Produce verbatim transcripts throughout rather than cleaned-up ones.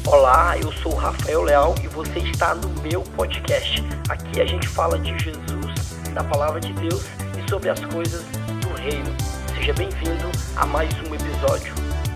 Olá, eu sou o Rafael Leal e você está no meu podcast. Aqui a gente fala de Jesus, da Palavra de Deus e sobre as coisas do Reino. Seja bem-vindo a mais um episódio.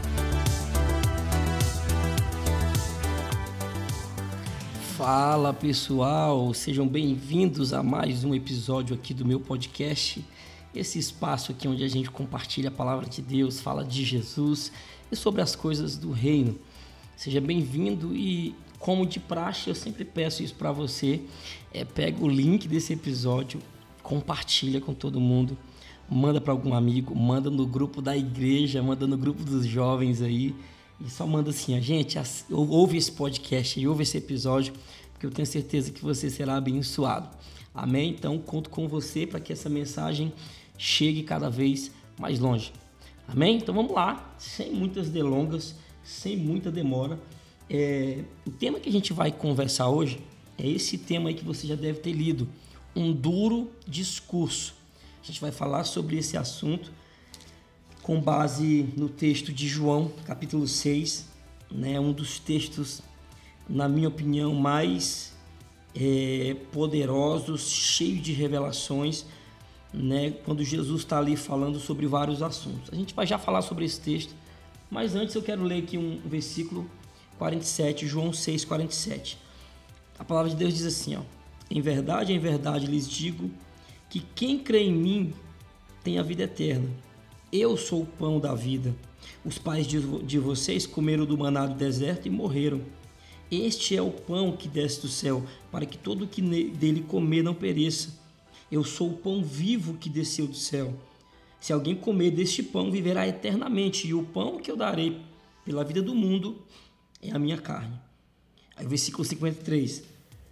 Fala pessoal, sejam bem-vindos a mais um episódio aqui do meu podcast. Esse espaço aqui onde a gente compartilha a Palavra de Deus, fala de Jesus e sobre as coisas do Reino. Seja bem-vindo e, como de praxe, eu sempre peço isso para você. É, pega o link desse episódio, compartilha com todo mundo, manda para algum amigo, manda no grupo da igreja, manda no grupo dos jovens aí. E só manda assim, a gente ouve esse podcast e ouve esse episódio, porque eu tenho certeza que você será abençoado. Amém? Então, conto com você para que essa mensagem chegue cada vez mais longe. Amém? Então, vamos lá, sem muitas delongas, sem muita demora. É, o tema que a gente vai conversar hoje é esse tema aí que você já deve ter lido, um duro discurso. A gente vai falar sobre esse assunto com base no texto de João, capítulo seis, né, um dos textos, na minha opinião, mais é, poderosos, cheio de revelações, né, quando Jesus está ali falando sobre vários assuntos. A gente vai já falar sobre esse texto, mas antes eu quero ler aqui um versículo quarenta e sete, João seis, quarenta e sete. A palavra de Deus diz assim, ó: em verdade, em verdade lhes digo que quem crê em mim tem a vida eterna. Eu sou o pão da vida. Os pais de, de vocês comeram do maná do deserto e morreram. Este é o pão que desce do céu, para que todo o que dele comer não pereça. Eu sou o pão vivo que desceu do céu. Se alguém comer deste pão, viverá eternamente. E o pão que eu darei pela vida do mundo é a minha carne. Aí, versículo cinquenta e três.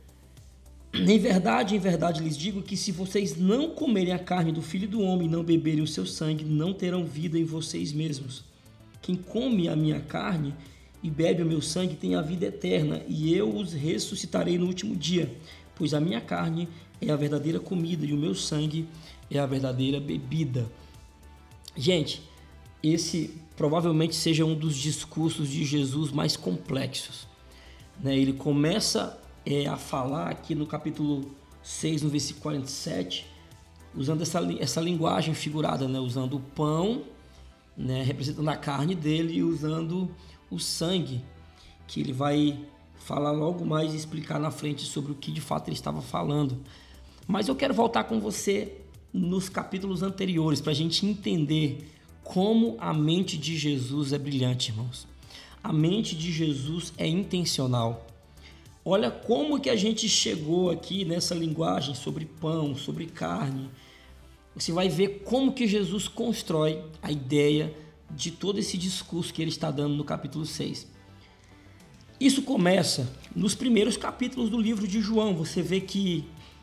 Em verdade, em verdade lhes digo que se vocês não comerem a carne do Filho do Homem e não beberem o seu sangue, não terão vida em vocês mesmos. Quem come a minha carne e bebe o meu sangue tem a vida eterna, e eu os ressuscitarei no último dia, pois a minha carne é a verdadeira comida e o meu sangue é a verdadeira bebida. Gente, esse provavelmente seja um dos discursos de Jesus mais complexos, né? Ele começa é, a falar aqui no capítulo seis, no versículo quarenta e sete, usando essa, essa linguagem figurada, né? Usando o pão, né? Representando a carne dele, e usando o sangue, que ele vai falar logo mais e explicar na frente sobre o que de fato ele estava falando. Mas eu quero voltar com você nos capítulos anteriores para a gente entender como a mente de Jesus é brilhante, irmãos. A mente de Jesus é intencional. Olha como que a gente chegou aqui nessa linguagem sobre pão, sobre carne. Você vai ver como que Jesus constrói a ideia de todo esse discurso que ele está dando no capítulo seis. Isso começa nos primeiros capítulos do livro de João. Você vê que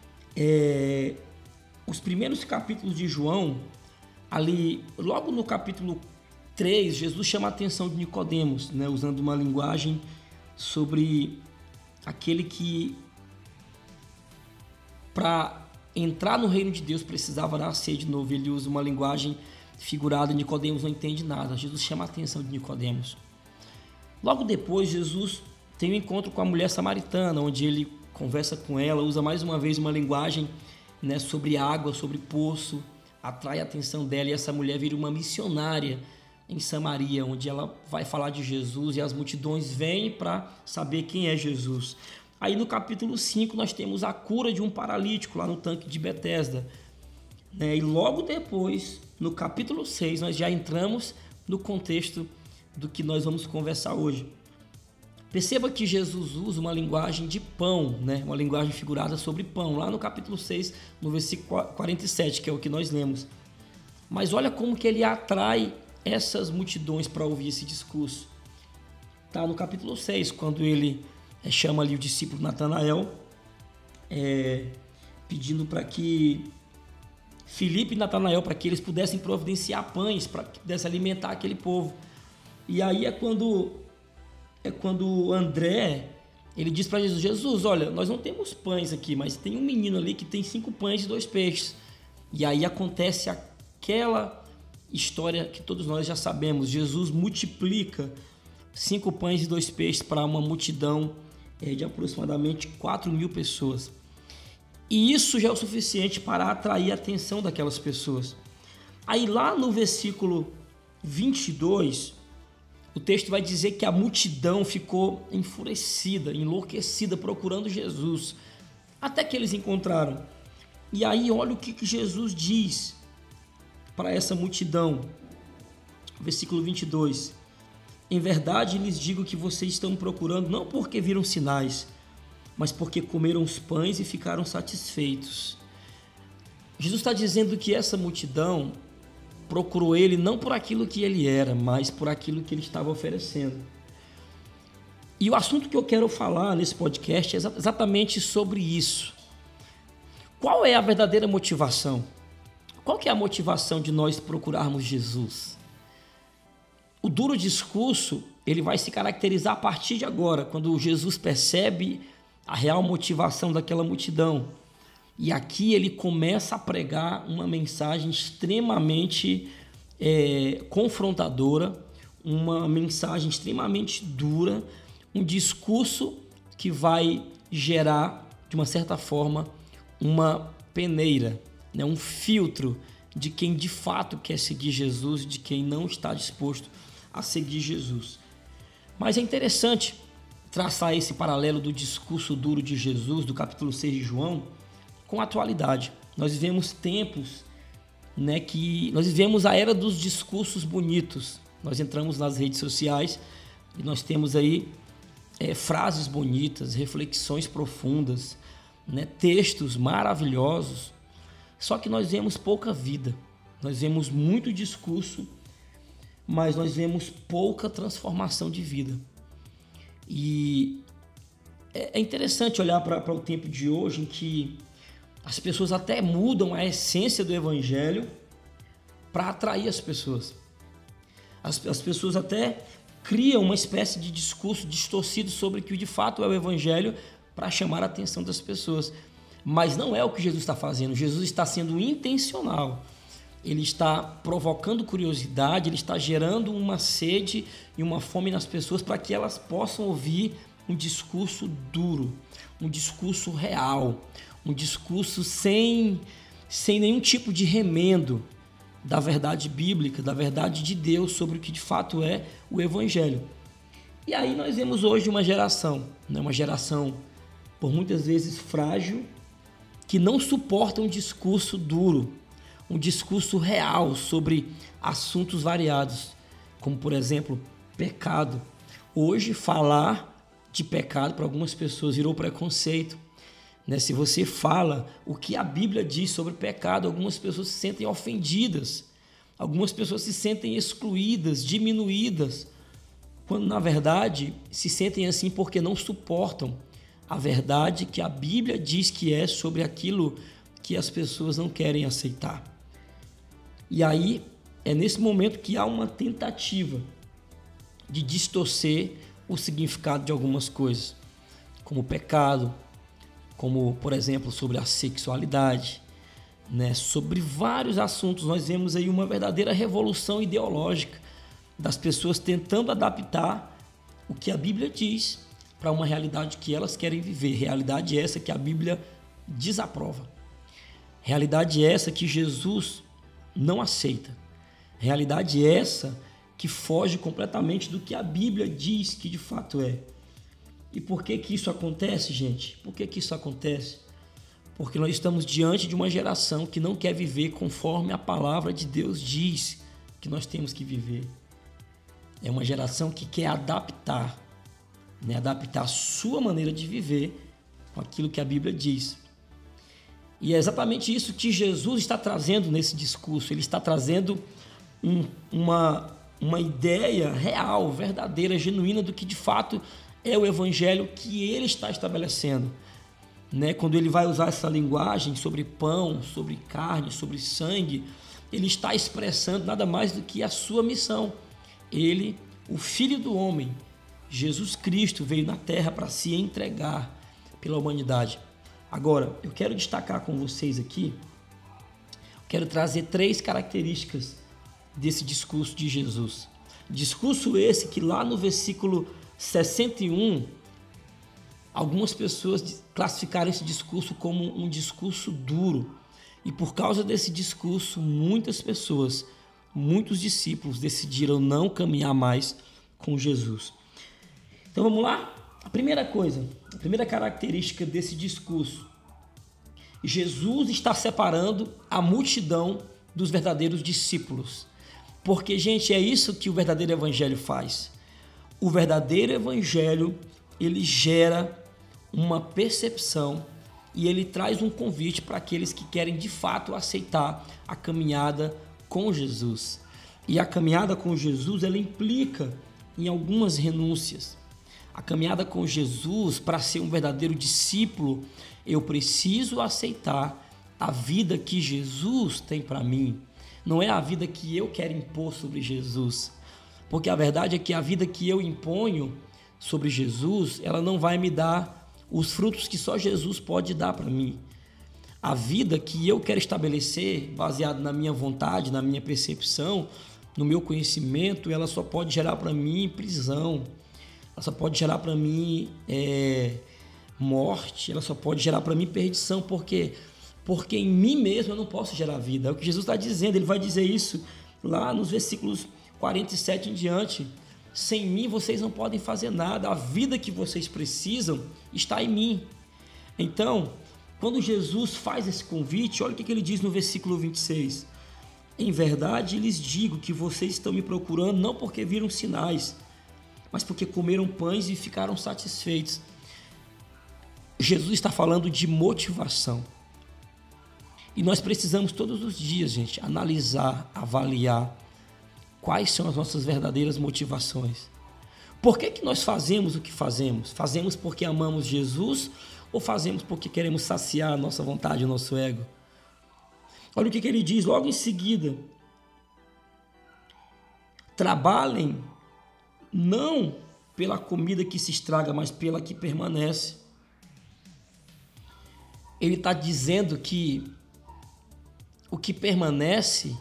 é, os primeiros capítulos de João, ali, logo no capítulo três, Jesus chama a atenção de Nicodemos, né, usando uma linguagem sobre aquele que, para entrar no reino de Deus, precisava nascer de novo. Ele usa uma linguagem figurada, Nicodemos não entende nada. Jesus chama a atenção de Nicodemos. Logo depois, Jesus tem um encontro com a mulher samaritana, onde ele conversa com ela, usa mais uma vez uma linguagem, né, sobre água, sobre poço, atrai a atenção dela, e essa mulher vira uma missionária em Samaria, onde ela vai falar de Jesus e as multidões vêm para saber quem é Jesus. Aí no capítulo cinco nós temos a cura de um paralítico lá no tanque de Betesda, né? E logo depois, no capítulo seis, nós já entramos no contexto do que nós vamos conversar hoje. Perceba que Jesus usa uma linguagem de pão, né? Uma linguagem figurada sobre pão, lá no capítulo seis, no versículo quarenta e sete, que é o que nós lemos. Mas olha como que ele atrai essas multidões para ouvir esse discurso. Tá no capítulo seis, quando ele é, chama ali o discípulo Natanael, é, pedindo para que Filipe e Natanael, para que eles pudessem providenciar pães, para que pudessem alimentar aquele povo. E aí é quando, é quando André, ele diz para Jesus, Jesus, olha, nós não temos pães aqui, mas tem um menino ali que tem cinco pães e dois peixes. E aí acontece aquela história que todos nós já sabemos. Jesus multiplica cinco pães e dois peixes para uma multidão é, de aproximadamente quatro mil pessoas. E isso já é o suficiente para atrair a atenção daquelas pessoas. Aí lá no versículo vinte e dois, o texto vai dizer que a multidão ficou enfurecida, enlouquecida, procurando Jesus, até que eles encontraram. E aí olha o que, que Jesus diz para essa multidão. Versículo vinte e dois. Em verdade lhes digo que vocês estão procurando não porque viram sinais, mas porque comeram os pães e ficaram satisfeitos. Jesus está dizendo que essa multidão procurou ele não por aquilo que ele era, mas por aquilo que ele estava oferecendo. E o assunto que eu quero falar nesse podcast é exatamente sobre isso. Qual é a verdadeira motivação? Qual que é a motivação de nós procurarmos Jesus? O duro discurso, ele vai se caracterizar a partir de agora, quando Jesus percebe a real motivação daquela multidão. E aqui ele começa a pregar uma mensagem extremamente é, confrontadora, uma mensagem extremamente dura, um discurso que vai gerar, de uma certa forma, uma peneira, né, um filtro de quem de fato quer seguir Jesus e de quem não está disposto a seguir Jesus. Mas é interessante traçar esse paralelo do discurso duro de Jesus, do capítulo seis de João, com a atualidade. Nós vivemos tempos, né, que nós vivemos a era dos discursos bonitos. Nós entramos nas redes sociais e nós temos aí é, frases bonitas, reflexões profundas, né, textos maravilhosos. Só que nós vemos pouca vida, nós vemos muito discurso, mas nós vemos pouca transformação de vida. E é interessante olhar para o tempo de hoje, em que as pessoas até mudam a essência do evangelho para atrair as pessoas. As, as pessoas até criam uma espécie de discurso distorcido sobre o que de fato é o evangelho para chamar a atenção das pessoas. Mas não é o que Jesus está fazendo. Jesus está sendo intencional. Ele está provocando curiosidade, ele está gerando uma sede e uma fome nas pessoas para que elas possam ouvir um discurso duro, um discurso real, um discurso sem, sem nenhum tipo de remendo da verdade bíblica, da verdade de Deus sobre o que de fato é o evangelho. E aí nós vemos hoje uma geração, né, uma geração por muitas vezes frágil, que não suporta um discurso duro, um discurso real sobre assuntos variados, como por exemplo, pecado. Hoje falar de pecado para algumas pessoas virou preconceito, né? Se você fala o que a Bíblia diz sobre pecado, algumas pessoas se sentem ofendidas, algumas pessoas se sentem excluídas, diminuídas, quando na verdade se sentem assim porque não suportam a verdade que a Bíblia diz que é sobre aquilo que as pessoas não querem aceitar. E aí é nesse momento que há uma tentativa de distorcer o significado de algumas coisas, como o pecado, como, por exemplo, sobre a sexualidade, né? Sobre vários assuntos. Nós vemos aí uma verdadeira revolução ideológica das pessoas tentando adaptar o que a Bíblia diz para uma realidade que elas querem viver. Realidade essa que a Bíblia desaprova. Realidade essa que Jesus não aceita. Realidade essa que foge completamente do que a Bíblia diz que de fato é. E por que que isso acontece, gente? Por que que isso acontece? Porque nós estamos diante de uma geração que não quer viver conforme a palavra de Deus diz que nós temos que viver. É uma geração que quer adaptar, né? Adaptar a sua maneira de viver com aquilo que a Bíblia diz. E é exatamente isso que Jesus está trazendo nesse discurso. Ele está trazendo um, uma, uma ideia real, verdadeira, genuína do que de fato é o evangelho que ele está estabelecendo, né? Quando ele vai usar essa linguagem sobre pão, sobre carne, sobre sangue, ele está expressando nada mais do que a sua missão. Ele, o Filho do Homem, Jesus Cristo, veio na terra para se entregar pela humanidade. Agora, eu quero destacar com vocês aqui, quero trazer três características desse discurso de Jesus. Discurso esse que lá no versículo sessenta e um, algumas pessoas classificaram esse discurso como um discurso duro. E por causa desse discurso, muitas pessoas, muitos discípulos decidiram não caminhar mais com Jesus. Então vamos lá? A primeira coisa, a primeira característica desse discurso: Jesus está separando a multidão dos verdadeiros discípulos. Porque, gente, é isso que o verdadeiro evangelho faz. O verdadeiro evangelho, ele gera uma percepção e ele traz um convite para aqueles que querem de fato aceitar a caminhada com Jesus. E a caminhada com Jesus, ela implica em algumas renúncias. A caminhada com Jesus, para ser um verdadeiro discípulo, eu preciso aceitar a vida que Jesus tem para mim. Não é a vida que eu quero impor sobre Jesus. Porque a verdade é que a vida que eu imponho sobre Jesus, ela não vai me dar os frutos que só Jesus pode dar para mim. A vida que eu quero estabelecer, baseado na minha vontade, na minha percepção, no meu conhecimento, ela só pode gerar para mim prisão. Ela só pode gerar para mim é, morte. Ela só pode gerar para mim perdição. Por quê? Porque em mim mesmo eu não posso gerar vida. É o que Jesus está dizendo. Ele vai dizer isso lá nos versículos quarenta e sete em diante. Sem mim vocês não podem fazer nada. A vida que vocês precisam está em mim. Então, quando Jesus faz esse convite, olha o que ele diz no versículo vinte e seis. Em verdade lhes digo que vocês estão me procurando não porque viram sinais, mas porque comeram pães e ficaram satisfeitos. Jesus está falando de motivação. E nós precisamos todos os dias, gente, analisar, avaliar quais são as nossas verdadeiras motivações. Por que que nós fazemos o que fazemos? Fazemos porque amamos Jesus ou fazemos porque queremos saciar a nossa vontade, o nosso ego? Olha o que que ele diz logo em seguida. Trabalhem não pela comida que se estraga, mas pela que permanece. Ele está dizendo que o que permanece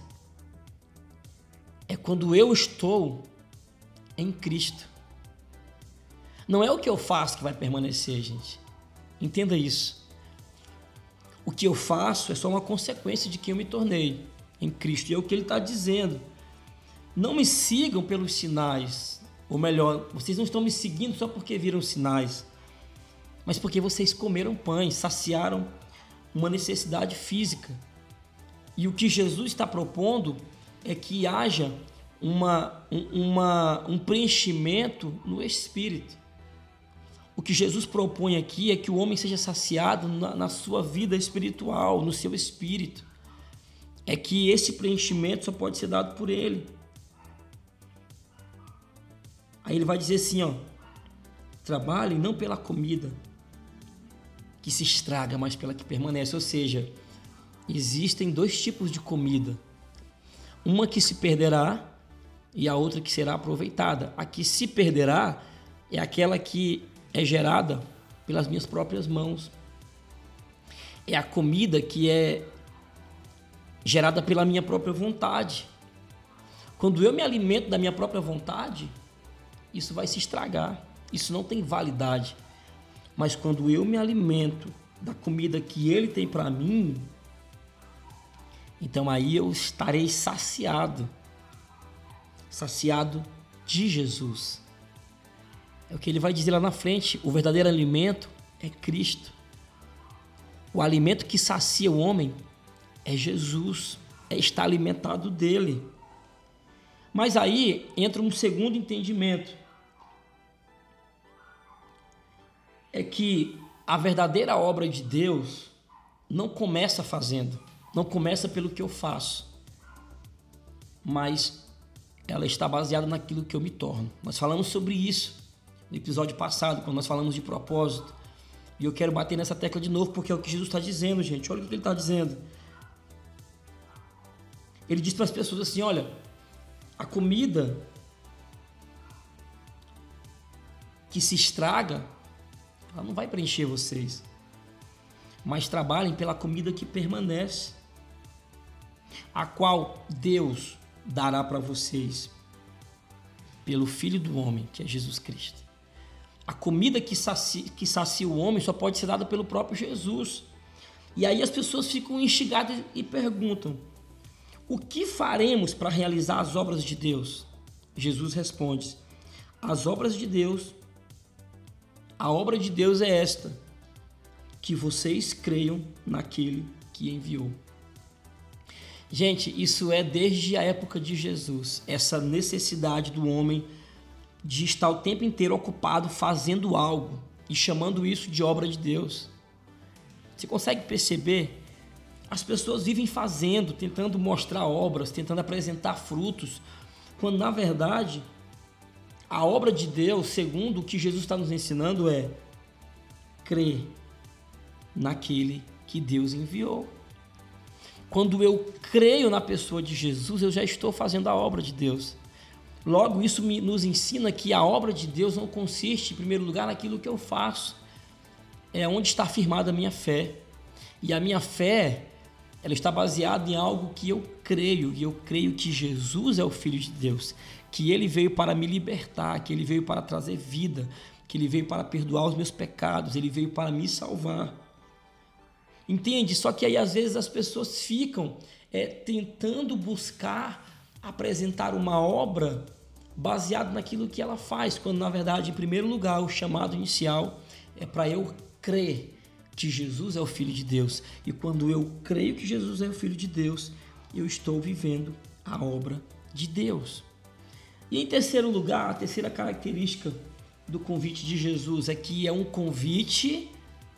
é quando eu estou em Cristo. Não é o que eu faço que vai permanecer, gente. Entenda isso. O que eu faço é só uma consequência de quem eu me tornei em Cristo. E é o que ele está dizendo. Não me sigam pelos sinais. Ou melhor, vocês não estão me seguindo só porque viram sinais, mas porque vocês comeram pães, saciaram uma necessidade física. E o que Jesus está propondo é que haja uma, uma, um preenchimento no espírito. O que Jesus propõe aqui é que o homem seja saciado na, na sua vida espiritual, no seu espírito. É que esse preenchimento só pode ser dado por ele. Aí ele vai dizer assim, ó, trabalhem não pela comida que se estraga, mas pela que permanece. Ou seja, existem dois tipos de comida. Uma que se perderá e a outra que será aproveitada. A que se perderá é aquela que é gerada pelas minhas próprias mãos. É a comida que é gerada pela minha própria vontade. Quando eu me alimento da minha própria vontade, isso vai se estragar. Isso não tem validade. Mas quando eu me alimento da comida que Ele tem para mim, então aí eu estarei saciado. Saciado de Jesus. É o que ele vai dizer lá na frente. O verdadeiro alimento é Cristo. O alimento que sacia o homem é Jesus. É estar alimentado dele. Mas aí entra um segundo entendimento. É que a verdadeira obra de Deus não começa fazendo. Não começa pelo que eu faço. Mas ela está baseada naquilo que eu me torno. Nós falamos sobre isso no episódio passado, quando nós falamos de propósito. E eu quero bater nessa tecla de novo, porque é o que Jesus está dizendo, gente. Olha o que ele está dizendo. Ele diz para as pessoas assim, olha, a comida que se estraga, ela não vai preencher vocês. Mas trabalhem pela comida que permanece, a qual Deus dará para vocês. pelo Filho do homem, que é Jesus Cristo. A comida que sacia, que sacia o homem só pode ser dada pelo próprio Jesus. E aí as pessoas ficam instigadas e perguntam: o que faremos para realizar as obras de Deus? Jesus responde: as obras de Deus, a obra de Deus é esta, que vocês creiam naquele que enviou. Gente, isso é desde a época de Jesus, essa necessidade do homem de estar o tempo inteiro ocupado fazendo algo e chamando isso de obra de Deus. Você consegue perceber? As pessoas vivem fazendo, tentando mostrar obras, tentando apresentar frutos, quando na verdade a obra de Deus, segundo o que Jesus está nos ensinando, é crer naquele que Deus enviou. Quando eu creio na pessoa de Jesus, eu já estou fazendo a obra de Deus. Logo, isso me, nos ensina que a obra de Deus não consiste, em primeiro lugar, naquilo que eu faço. É onde está firmada a minha fé. E a minha fé, ela está baseada em algo que eu creio. E eu creio que Jesus é o Filho de Deus. Que Ele veio para me libertar, que Ele veio para trazer vida, que Ele veio para perdoar os meus pecados, Ele veio para me salvar. Entende? Só que aí às vezes as pessoas ficam é, tentando buscar apresentar uma obra baseada naquilo que ela faz, quando na verdade, em primeiro lugar, o chamado inicial é para eu crer que Jesus é o Filho de Deus. E quando eu creio que Jesus é o Filho de Deus, eu estou vivendo a obra de Deus. E em terceiro lugar, a terceira característica do convite de Jesus é que é um convite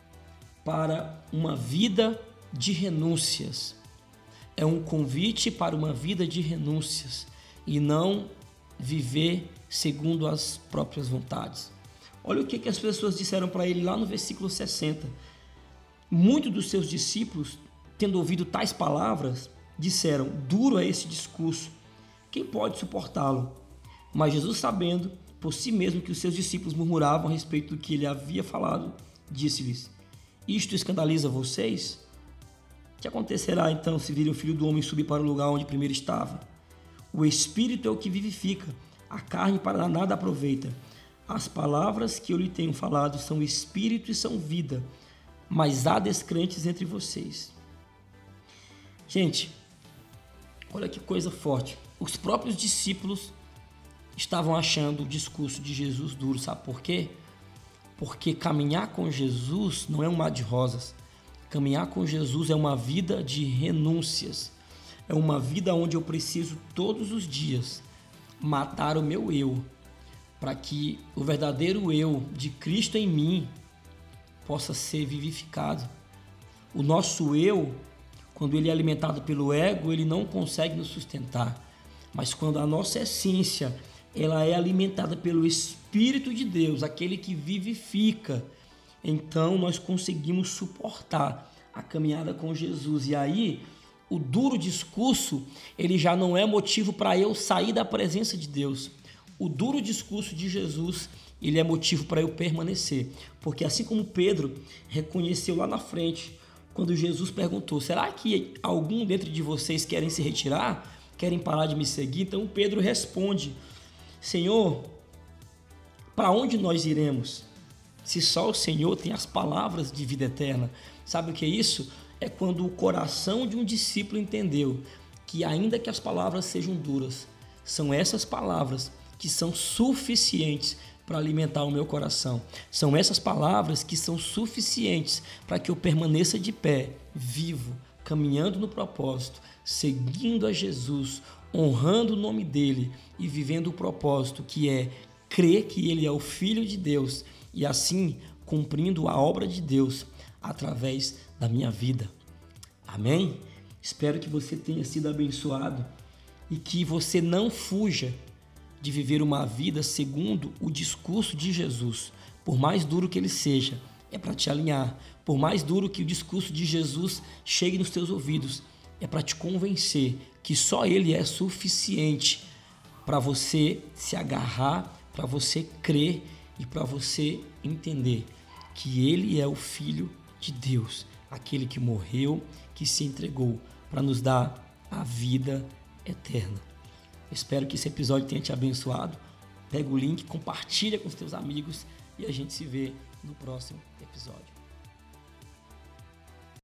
para uma vida de renúncias. É um convite para uma vida de renúncias e não viver segundo as próprias vontades. Olha o que, que as pessoas disseram para ele lá no versículo sessenta. Muitos dos seus discípulos, tendo ouvido tais palavras, disseram: duro é esse discurso, quem pode suportá-lo? Mas Jesus, sabendo por si mesmo que os seus discípulos murmuravam a respeito do que ele havia falado, disse-lhes: isto escandaliza vocês? O que acontecerá então se virem o Filho do Homem subir para o lugar onde primeiro estava? O Espírito é o que vivifica, a carne para nada aproveita. As palavras que eu lhe tenho falado são Espírito e são vida, mas há descrentes entre vocês. Gente, olha que coisa forte. Os próprios discípulos estavam achando o discurso de Jesus duro, sabe por quê? Porque caminhar com Jesus não é um mar de rosas. Caminhar com Jesus é uma vida de renúncias. É uma vida onde eu preciso todos os dias matar o meu eu, para que o verdadeiro eu de Cristo em mim possa ser vivificado. O nosso eu, quando ele é alimentado pelo ego, ele não consegue nos sustentar. Mas quando a nossa essência ela é alimentada pelo Espírito de Deus, aquele que vivifica, então nós conseguimos suportar a caminhada com Jesus. E aí, o duro discurso, ele já não é motivo para eu sair da presença de Deus. O duro discurso de Jesus, ele é motivo para eu permanecer. Porque assim como Pedro reconheceu lá na frente, quando Jesus perguntou: será que algum dentro de vocês querem se retirar? Querem parar de me seguir? Então Pedro responde: Senhor, para onde nós iremos? Se só o Senhor tem as palavras de vida eterna. Sabe o que é isso? É quando o coração de um discípulo entendeu que, ainda que as palavras sejam duras, são essas palavras que são suficientes para alimentar o meu coração. São essas palavras que são suficientes para que eu permaneça de pé, vivo, caminhando no propósito, seguindo a Jesus, honrando o nome dele e vivendo o propósito, que é crer que ele é o Filho de Deus e assim cumprindo a obra de Deus através da minha vida. Amém? Espero que você tenha sido abençoado e que você não fuja de viver uma vida segundo o discurso de Jesus. Por mais duro que ele seja, é para te alinhar. Por mais duro que o discurso de Jesus chegue nos teus ouvidos, é para te convencer que só ele é suficiente para você se agarrar, para você crer e para você entender que ele é o Filho de Deus, aquele que morreu, que se entregou para nos dar a vida eterna. Espero que esse episódio tenha te abençoado. Pega o link, compartilha com os teus amigos e a gente se vê no próximo episódio.